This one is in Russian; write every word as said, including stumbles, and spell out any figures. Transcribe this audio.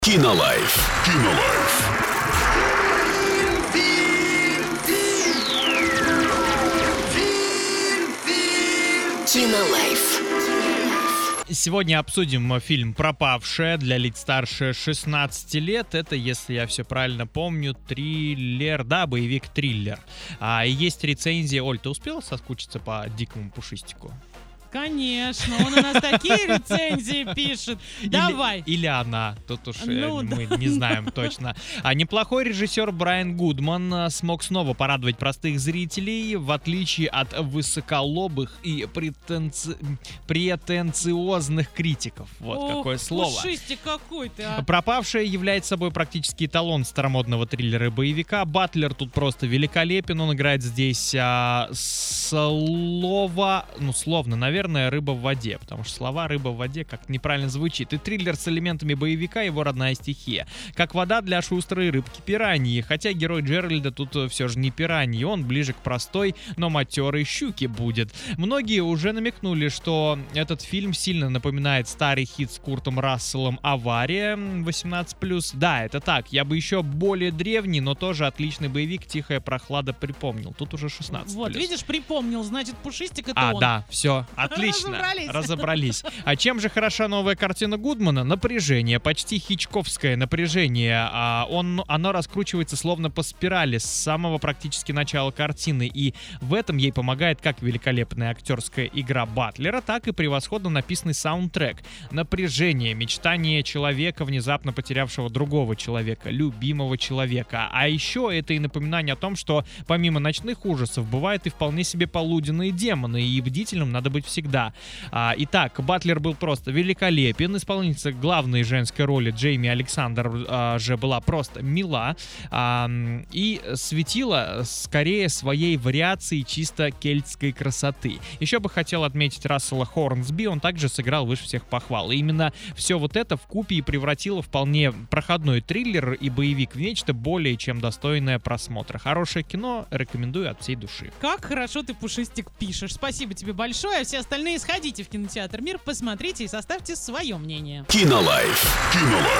Кинолайф. Кинолайф. Кинолайф. Сегодня обсудим фильм «Пропавшая» для лиц старше шестнадцати лет. Это, если я все правильно помню, триллер, да, боевик-триллер. А, и есть рецензия. Оль, ты успела соскучиться по дикому пушистику? Конечно, он у нас такие рецензии пишет. Давай. Или, или она, тут уж Ну, э, мы да. не знаем точно. А неплохой режиссер Брайан Гудман а, смог снова порадовать простых зрителей, в отличие от высоколобых и претенци... претенциозных критиков. Вот Ох, какое слово. пушистик какой ты, а. «Пропавшая» является собой практически эталон старомодного триллера и боевика. Батлер тут просто великолепен. Он играет здесь а, слово, ну, словно, наверное, рыба в воде, потому что слова рыба в воде как-то неправильно звучит. И триллер с элементами боевика — его родная стихия. Как вода для шустрой рыбки пираньи. Хотя герой Джеральда тут все же не пираньи, он ближе к простой, но матерой щуке будет. Многие уже намекнули, что этот фильм сильно напоминает старый хит с Куртом Расселом «Авария» восемнадцать плюс. Да, это так. Я бы еще более древний, но тоже отличный боевик «Тихая прохлада» припомнил. Тут уже шестнадцать Вот, плюс. видишь, припомнил, значит, пушистик это А, он. да, все, отлично. Разобрались. Разобрались. А чем же хороша новая картина Гудмана? Напряжение, почти хичковское напряжение. А он, оно раскручивается словно по спирали с самого практически начала картины. И в этом ей помогает как великолепная актерская игра Батлера, так и превосходно написанный саундтрек. Напряжение, мечтание человека, внезапно потерявшего другого человека, любимого человека. А еще это и напоминание о том, что помимо ночных ужасов бывают и вполне себе полуденные демоны, и бдительным надо быть всегда. А, итак, Батлер был просто великолепен. Исполнительница главной женской роли Джейми Александр а, же была просто мила а, и светила скорее своей вариацией чисто кельтской красоты. Еще бы хотел отметить Рассела Хорнсби, он также сыграл выше всех похвал. И именно все вот это вкупе и превратило вполне проходной триллер и боевик в нечто более чем достойное просмотра. Хорошее кино, рекомендую от всей души. Как хорошо ты, пушистик, пишешь. Спасибо тебе большое. А все остальные сходите в кинотеатр «Мир», посмотрите и составьте свое мнение. Кинолайф. Кинолайф.